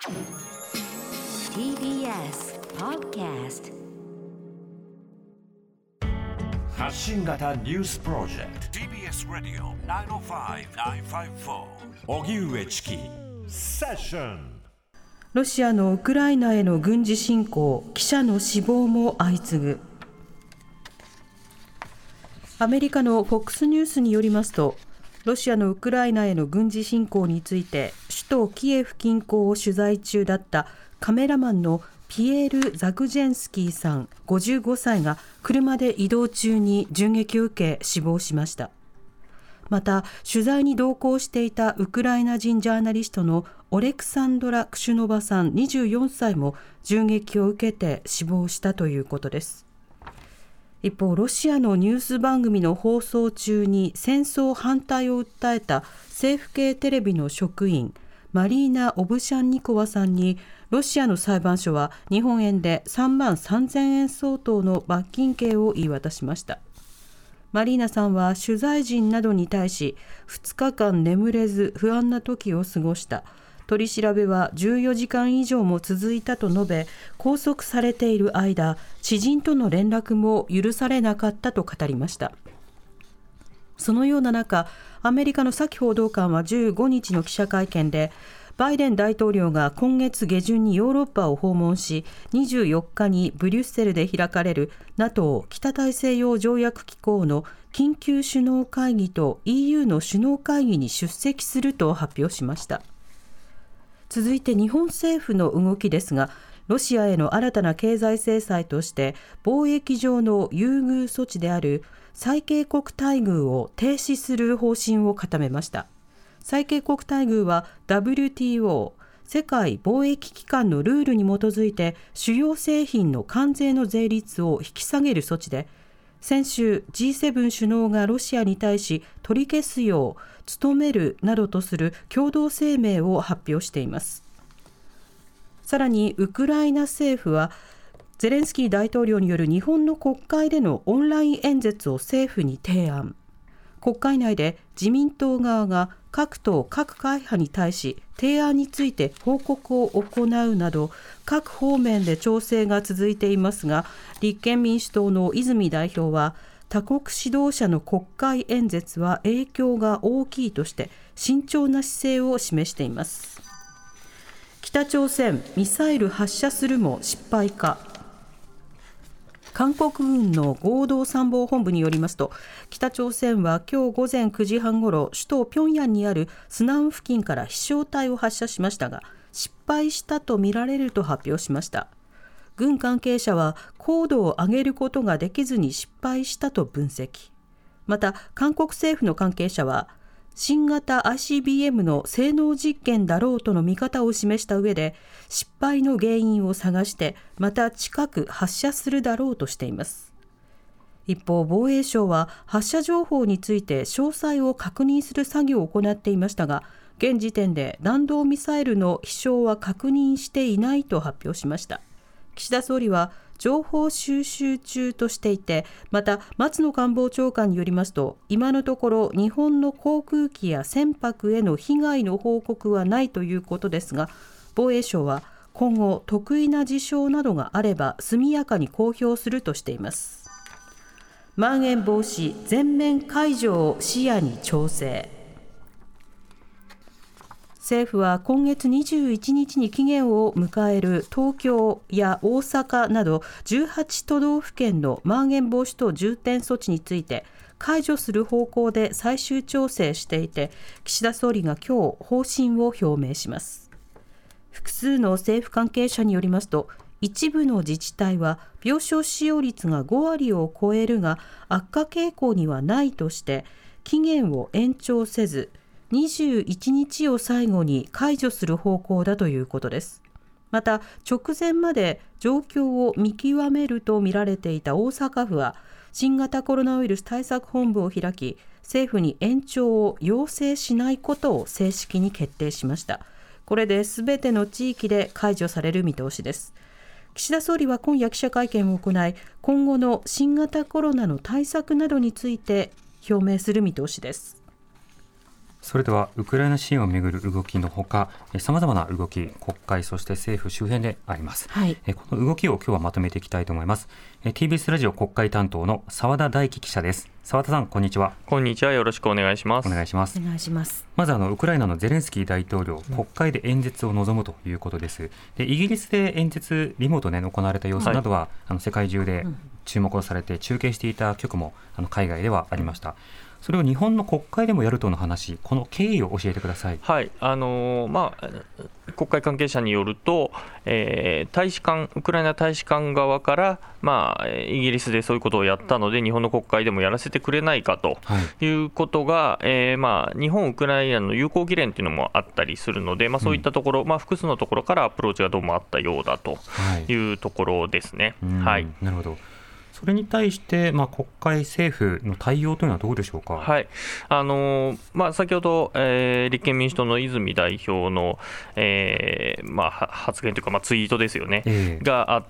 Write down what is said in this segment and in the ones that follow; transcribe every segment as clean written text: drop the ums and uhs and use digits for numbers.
TBS Podcast 発信型ニュースプロジェクト TBS ラディオ905-954おぎゅうえちきセッション。 ロシアのウクライナへの軍事侵攻、記者の死亡も相次ぐ。アメリカの FOX ニュースによりますと、ロシアのウクライナへの軍事侵攻について首都キエフ近郊を取材中だったカメラマンのピエール・ザグジェンスキーさん55歳が車で移動中に銃撃を受け死亡しました。また取材に同行していたウクライナ人ジャーナリストのオレクサンドラ・クシュノバさん24歳も銃撃を受けて死亡したということです。一方、ロシアのニュース番組の放送中に戦争反対を訴えた政府系テレビの職員マリーナ・オブシャンニコワさんにロシアの裁判所は日本円で3万3000円相当の罰金刑を言い渡しました。マリーナさんは取材陣などに対し2日間眠れず不安な時を過ごした。取り調べは14時間以上も続いたと述べ、拘束されている間、知人との連絡も許されなかったと語りました。そのような中、アメリカのサキ報道官は15日の記者会見で、バイデン大統領が今月下旬にヨーロッパを訪問し、24日にブリュッセルで開かれる NATO 北大西洋条約機構の緊急首脳会議と EU の首脳会議に出席すると発表しました。続いて日本政府の動きですが、ロシアへの新たな経済制裁として貿易上の優遇措置である最恵国待遇を停止する方針を固めました。最恵国待遇は WTO 世界貿易機関のルールに基づいて主要製品の関税の税率を引き下げる措置で、先週 G7 首脳がロシアに対し取り消すよう努めるなどとする共同声明を発表しています。さらにウクライナ政府はゼレンスキー大統領による日本の国会でのオンライン演説を政府に提案。国会内で自民党側が各党各会派に対し提案について報告を行うなど各方面で調整が続いていますが、立憲民主党の泉代表は他国指導者の国会演説は影響が大きいとして慎重な姿勢を示しています。北朝鮮ミサイル発射するも失敗か。韓国軍の合同参謀本部によりますと、北朝鮮は今日午前9時半ごろ、首都平壌にあるスナン付近から飛翔体を発射しましたが、失敗したとみられると発表しました。軍関係者は高度を上げることができずに失敗したと分析。また韓国政府の関係者は新型 ICBM の性能実験だろうとの見方を示した上で、失敗の原因を探してまた近く発射するだろうとしています。一方、防衛省は発射情報について詳細を確認する作業を行っていましたが、現時点で弾道ミサイルの飛翔は確認していないと発表しました。岸田総理は情報収集中としていて、また松野官房長官によりますと、今のところ日本の航空機や船舶への被害の報告はないということですが、防衛省は今後特異な事象などがあれば速やかに公表するとしています。まん延防止全面解除を視野に調整。政府は今月21日に期限を迎える東京や大阪など18都道府県のまん延防止等重点措置について解除する方向で最終調整していて、岸田総理が今日方針を表明します。複数の政府関係者によりますと、一部の自治体は病床使用率が5割を超えるが悪化傾向にはないとして期限を延長せず21日を最後に解除する方向だということです。また直前まで状況を見極めると見られていた大阪府は新型コロナウイルス対策本部を開き、政府に延長を要請しないことを正式に決定しました。これで全ての地域で解除される見通しです。岸田総理は今夜記者会見を行い、今後の新型コロナの対策などについて表明する見通しです。 それではウクライナ支援をめぐる動きのほか、さまざまな動き、国会そして政府周辺であります、 はい、 この動きを今日はまとめていきたいと思います。TBS ラジオ国会担当の澤田大樹記者です。澤田さん、こんにちは。 こんにちは、よろしくお願いします。 お願いします。 お願いします。 まずウクライナのゼレンスキー大統領、国会で演説を望むということです。でイギリスで演説リモートで行われた様子などは、世界中で注目をされて中継していた局も海外ではありました。それを日本の国会でもやるとの話、この経緯を教えてください。 はい、国会関係者によると、大使館、ウクライナ大使館側から、イギリスでそういうことをやったので日本の国会でもやらせてくれないかということが、日本、ウクライナの友好議連というのもあったりするので、そういったところ、複数のところからアプローチがどうもあったようだというところですね。 はい、なるほど。それに対して、国会、政府の対応というのはどうでしょうか。 はい、先ほど、立憲民主党の泉代表の、発言というか、ツイートですよね、があって、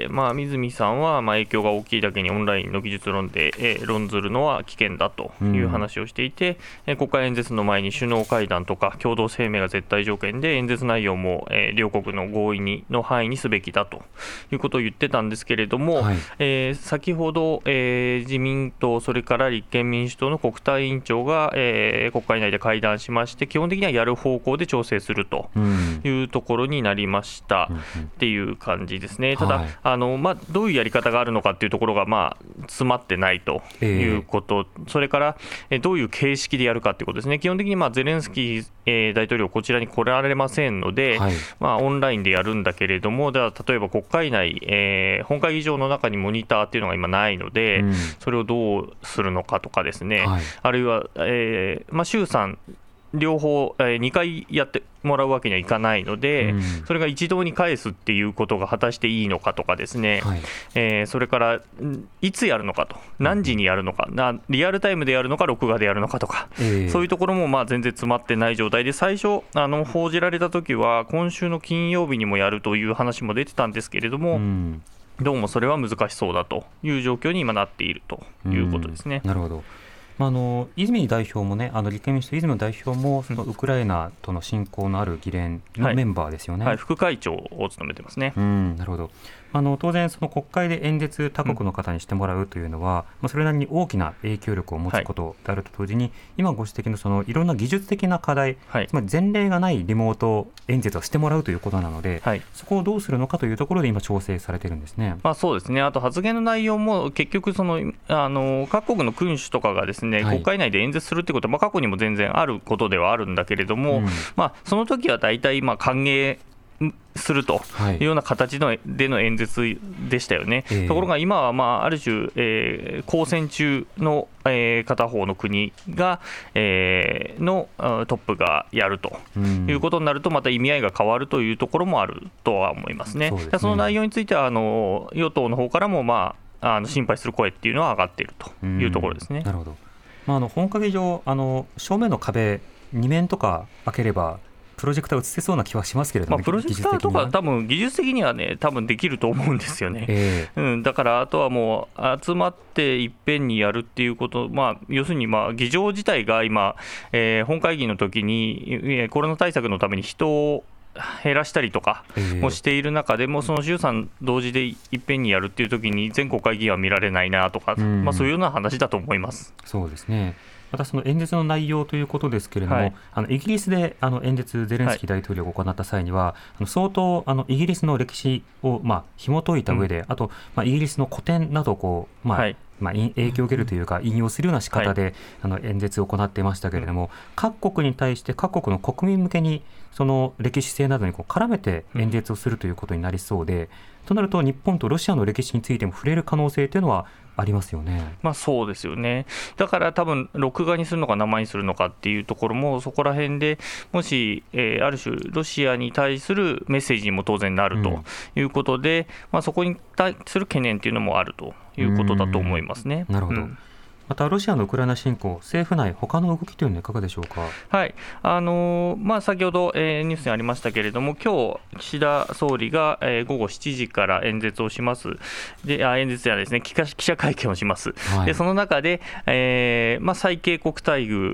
泉さんは影響が大きいだけにオンラインの技術論で、論ずるのは危険だという話をしていて、国会演説の前に首脳会談とか共同声明が絶対条件で演説内容も、両国の合意の範囲にすべきだということを言ってたんですけれども、先ほど、自民党、それから立憲民主党の国対委員長が、国会内で会談しまして、基本的にはやる方向で調整するというところになりましたっていう感じですね。ただ、どういうやり方があるのかというところが、詰まってないということ、それからどういう形式でやるかということですね。基本的にゼレンスキー大統領、こちらに来られませんので、オンラインでやるんだけれども、例えば国会内、本会議場の中にモニターというのが今ないので、それをどうするのかとかですね、あるいは、衆参両方、2回やってもらうわけにはいかないので、それが一堂に返すっていうことが果たしていいのかとかですね、それからいつやるのかと、何時にやるのか、リアルタイムでやるのか録画でやるのかとか、そういうところも全然詰まってない状態で、最初報じられた時は今週の金曜日にもやるという話も出てたんですけれども、どうもそれは難しそうだという状況に今なっているということですね。 なるほど。泉代表もね、立憲民主党泉代表もそのウクライナとの親交のある議連のメンバーですよね。 副会長を務めてますね。 なるほど。当然その国会で演説他国の方にしてもらうというのは、それなりに大きな影響力を持つことであると同時に、今ご指摘のそのいろんな技術的な課題、つまり前例がないリモート演説をしてもらうということなので、そこをどうするのかというところで今調整されてるんですね。 そうですね。あと発言の内容も結局各国の君主とかがですね、国会内で演説するということは、過去にも全然あることではあるんだけれども、その時は大体歓迎するというような形での演説でしたよね。ところが今はある種、交戦中の片方の国がのトップがやるということになると、また意味合いが変わるというところもあるとは思いますね。その内容については与党の方からも心配する声っていうのは上がっているというところですね。 なるほど。本会議場、正面の壁2面とか開ければプロジェクター映せそうな気はしますけれども、 プロジェクターとか多分技術的にはね、多分できると思うんですよね。だからあとはもう集まっていっぺんにやるっていうこと、要するに議場自体が今、本会議の時にコロナ対策のために人を減らしたりとかもしている中でも、その衆参同時でいっぺんにやるっていう時に全国会議員は見られないなとか、そういうような話だと思います。 そうですね。またその演説の内容ということですけれども、イギリスで演説ゼレンスキー大統領が行った際には、相当イギリスの歴史を紐解いた上で、あとイギリスの古典などを影響を受けるというか引用するような仕方で演説を行っていましたけれども、各国に対して各国の国民向けにその歴史性などに絡めて演説をするということになりそうで、となると日本とロシアの歴史についても触れる可能性というのはありますよね。 そうですよね。だから多分録画にするのか生にするのかっていうところも、そこら辺でもし、ある種ロシアに対するメッセージにも当然なるということで、そこに対する懸念っていうのもあるということだと思いますね。 なるほど。またロシアのウクライナ侵攻、政府内他の動きというのはいかがでしょうか。 はい、先ほど、ニュースにありましたけれども、今日岸田総理が、午後7時から演説をします。演説やですね、記者会見をします。でその中で、最恵国待遇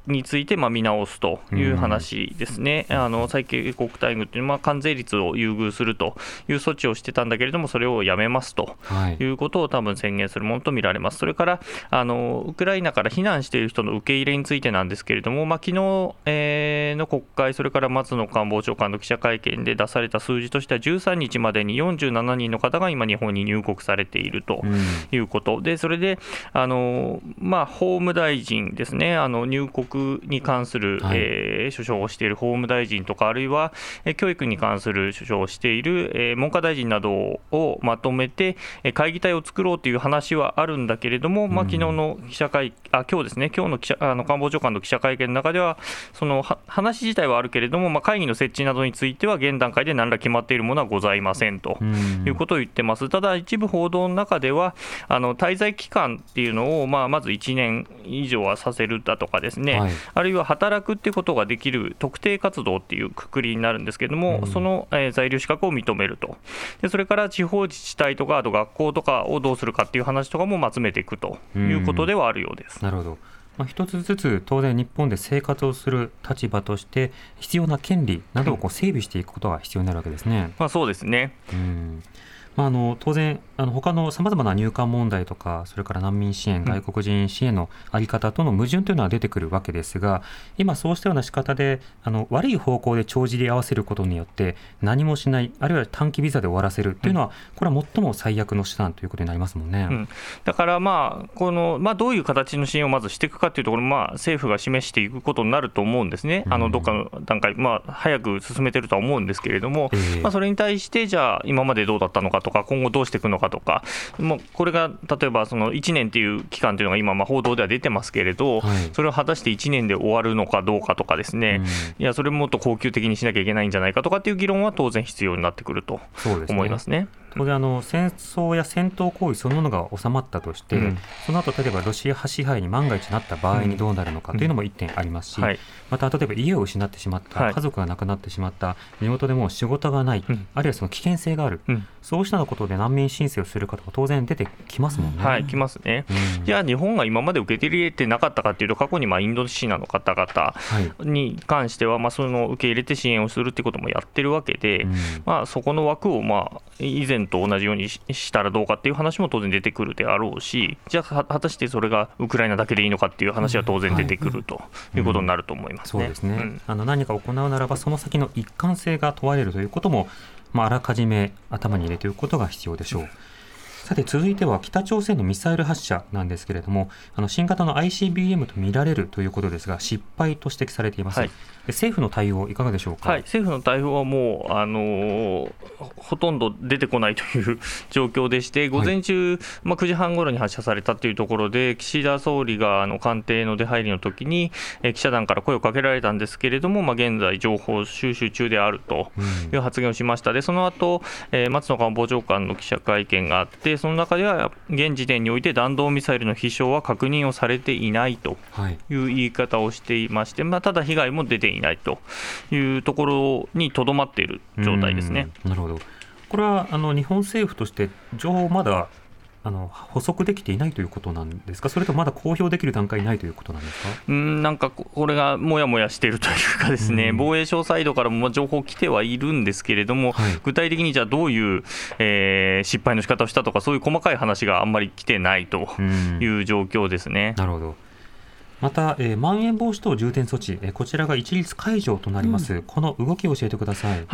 について見直すという話ですね。最恵国待遇というのは関税率を優遇するという措置をしてたんだけれども、それをやめますということを多分宣言するものと見られます。それからウクライナから避難している人の受け入れについてなんですけれども、昨日の国会、それから松野官房長官の記者会見で出された数字としては、13日までに47人の方が今日本に入国されているということで、それで法務大臣ですね、入国に関する、首相をしている法務大臣とか、あるいは教育に関する首相をしている文科大臣などをまとめて会議体を作ろうという話はあるんだけれども、昨日の今日ですね、今日の官房長官の記者会見の中では、その話自体はあるけれども、会議の設置などについては現段階で何ら決まっているものはございませんということを言ってます。ただ一部報道の中では滞在期間っていうのをまず1年以上はさせるだとかですね、あるいは働くっていうことができる特定活動っていうくくりになるんですけれども、その在留資格を認めると。でそれから地方自治体とか、あと学校とかをどうするかっていう話とかも集めていくということではあるようです。 なるほど。一つずつ当然日本で生活をする立場として必要な権利などを整備していくことが必要になるわけですね。 そうですね。 当然他のさまざまな入管問題とか、それから難民支援、外国人支援の在り方との矛盾というのは出てくるわけですが、今そうしたような仕方で悪い方向で帳尻合わせることによって何もしない、あるいは短期ビザで終わらせるというのは、これは最も最悪の手段ということになりますもんね。 だからどういう形の支援をまずしていくかというところ、政府が示していくことになると思うんですね。どっかの段階、早く進めてるとは思うんですけれども、それに対してじゃあ今までどうだったのかとか、今後どうしていくのかとか、これが例えばその1年という期間というのが今報道では出てますけれど、それを果たして1年で終わるのかどうかとかですね、いやそれもっと恒久的にしなきゃいけないんじゃないかとかっていう議論は当然必要になってくると思いますね。 当然戦争や戦闘行為そのものが収まったとして、その後例えばロシア派支配に万が一なった場合にどうなるのかというのも一点ありますし、また例えば家を失ってしまった、家族が亡くなってしまった、地元でもう仕事がない、あるいはその危険性がある、そうしたことで難民申請をする方が当然出てきますもんね。 来ますね。じゃあ日本が今まで受け入れてなかったかというと、過去にインドシナの方々に関してはその受け入れて支援をするってこともやってるわけで、そこの枠を以前と同じようにしたらどうかっていう話も当然出てくるであろうし、じゃあ果たしてそれがウクライナだけでいいのかっていう話は当然出てくるということになると思いますね。 そうですね。何か行うならばその先の一貫性が問われるということも、あらかじめ頭に入れておくことが必要でしょう。さて続いては北朝鮮のミサイル発射なんですけれども、新型の ICBM と見られるということですが、失敗と指摘されています。政府の対応いかがでしょうか。 政府の対応はもうほとんど出てこないという状況でして、午前中、9時半ごろに発射されたというところで、岸田総理が官邸の出入りの時に記者団から声をかけられたんですけれども、現在情報収集中であるという発言をしました。でその後、松野官房長官の記者会見があって、その中では現時点において弾道ミサイルの飛翔は確認をされていないという言い方をしていまして、ただ被害も出ていないというところにとどまっている状態ですね。 なるほど。これは日本政府として情報をまだ補足できていないということなんですか、それともまだ公表できる段階にないということなんですか。 なんかこれがもやもやしているというかですね、防衛省サイドからも情報来てはいるんですけれども、具体的にじゃあどういう、失敗の仕方をしたとか、そういう細かい話があんまり来てないという状況ですね。 なるほど。また、まん延防止等重点措置、こちらが一律解除となります、この動きを教えてください。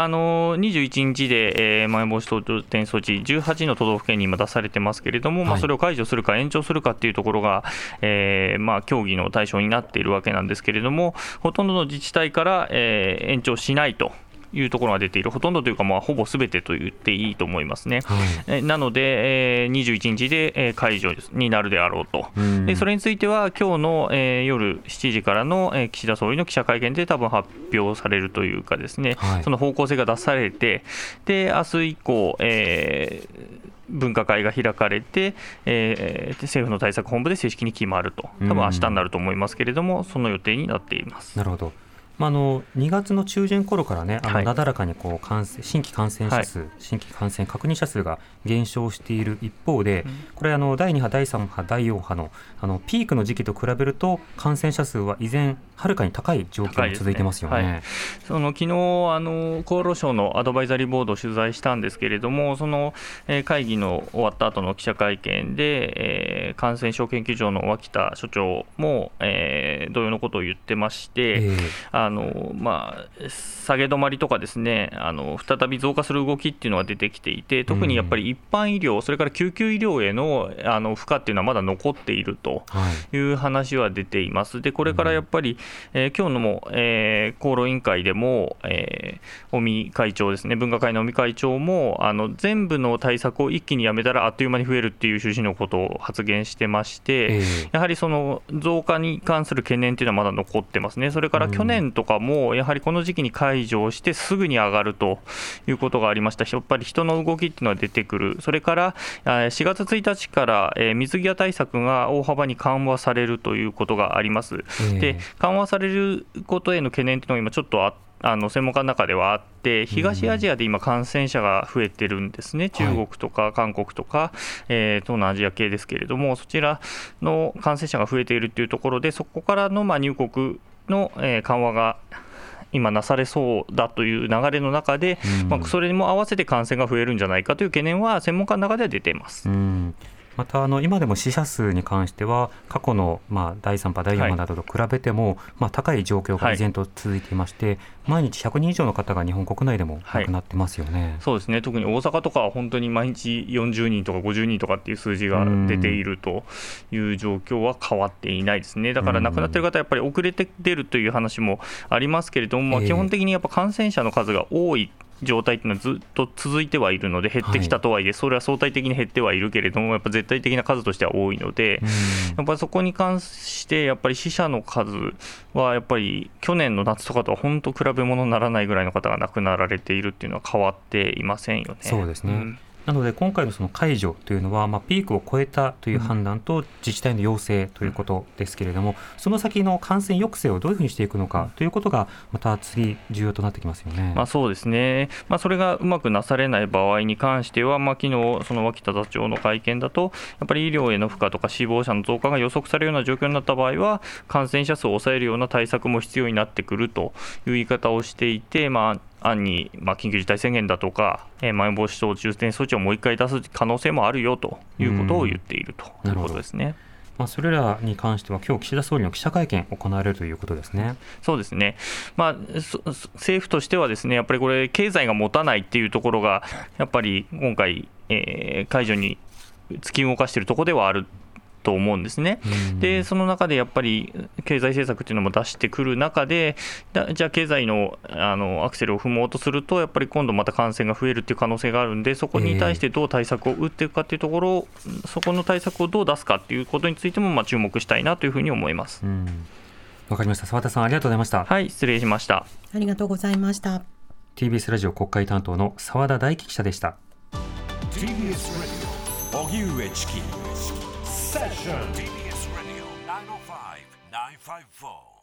21日で、まん延防止等重点措置18の都道府県に今出されてますけれども、それを解除するか延長するかっていうところが、協議の対象になっているわけなんですけれども、ほとんどの自治体から、延長しないというところが出ている。ほとんどというか、ほぼすべてと言っていいと思いますね。なので、21日で解除になるであろうと。でそれについては今日の夜7時からの岸田総理の記者会見で多分発表されるというかですね、その方向性が出されて、で明日以降、分科会が開かれて、政府の対策本部で正式に決まると、多分明日になると思いますけれども、その予定になっています。 なるほど。 2月の中旬頃からね、なだらかにこう新規感染者数、新規感染確認者数が減少している一方で、これ第2波、第3波、第4波のピークの時期と比べると感染者数は依然はるかに高い状況が続いてますよね。 昨日厚労省のアドバイザリーボードを取材したんですけれども、その会議の終わった後の記者会見で、感染症研究所の脇田所長も、同様のことを言ってまして、下げ止まりとかですね、再び増加する動きっていうのが出てきていて、特にやっぱり一般医療、それから救急医療への負荷っていうのはまだ残っているという話は出ています。でこれからやっぱり、今日のも、厚労委員会でも、尾身会長ですね、分科会の尾身会長も全部の対策を一気にやめたらあっという間に増えるっていう趣旨のことを発言してまして、やはりその増加に関する懸念というのはまだ残ってますね。それから去年とかもやはりこの時期に解除をしてすぐに上がるということがありました。やっぱり人の動きっていうのは出てくる。それから4月1日から水際対策が大幅に緩和されるということがあります。で緩和されることへの懸念というのが今ちょっと専門家の中ではあって、東アジアで今感染者が増えてるんですね。中国とか韓国とか、東南アジア系ですけれども、そちらの感染者が増えているというところで、そこからの入国の緩和が今なされそうだという流れの中で、それにも合わせて感染が増えるんじゃないかという懸念は専門家の中では出ています。 また今でも死者数に関しては過去の第3波、第4波などと比べても高い状況が依然と続いていまして、毎日100人以上の方が日本国内でも亡くなってますよね。 そうですね。特に大阪とかは本当に毎日40人とか50人とかっていう数字が出ているという状況は変わっていないですね。だから亡くなっている方はやっぱり遅れて出るという話もありますけれども、基本的にやっぱ感染者の数が多い状態というのはずっと続いてはいるので、減ってきたとはいえそれは相対的に減ってはいるけれども、やっぱ絶対的な数としては多いので、やっぱりそこに関してやっぱり死者の数はやっぱり去年の夏とかとは本当比べ物にならないぐらいの方が亡くなられているっていうのは変わっていませんよね。 そうですね。なので今回のその解除というのは、ピークを超えたという判断と自治体の要請ということですけれども、その先の感染抑制をどういうふうにしていくのかということがまた次重要となってきますよね。 そうですね。それがうまくなされない場合に関しては、昨日その脇田座長の会見だと、やっぱり医療への負荷とか死亡者の増加が予測されるような状況になった場合は、感染者数を抑えるような対策も必要になってくるという言い方をしていて、案に緊急事態宣言だとか、まん延防止等重点措置をもう一回出す可能性もあるよということを言っているということですね。 それらに関しては今日岸田総理の記者会見行われるということですね。 そうですね。政府としてはですね、やっぱりこれ経済が持たないっていうところがやっぱり今回、解除に突き動かしているところではあると思うんですね。でその中でやっぱり経済政策っていうのも出してくる中で、じゃあ経済のアクセルを踏もうとすると、やっぱり今度また感染が増えるっていう可能性があるんで、そこに対してどう対策を打っていくかっていうところ、そこの対策をどう出すかっていうことについても注目したいなというふうに思います。 わかりました。澤田さん、ありがとうございました。 はい、失礼しました。 ありがとうございました。 TBS ラジオ国会担当の澤田大樹記者でした。 TBS ラジオ荻上チキセッション TBS ラジオ905-954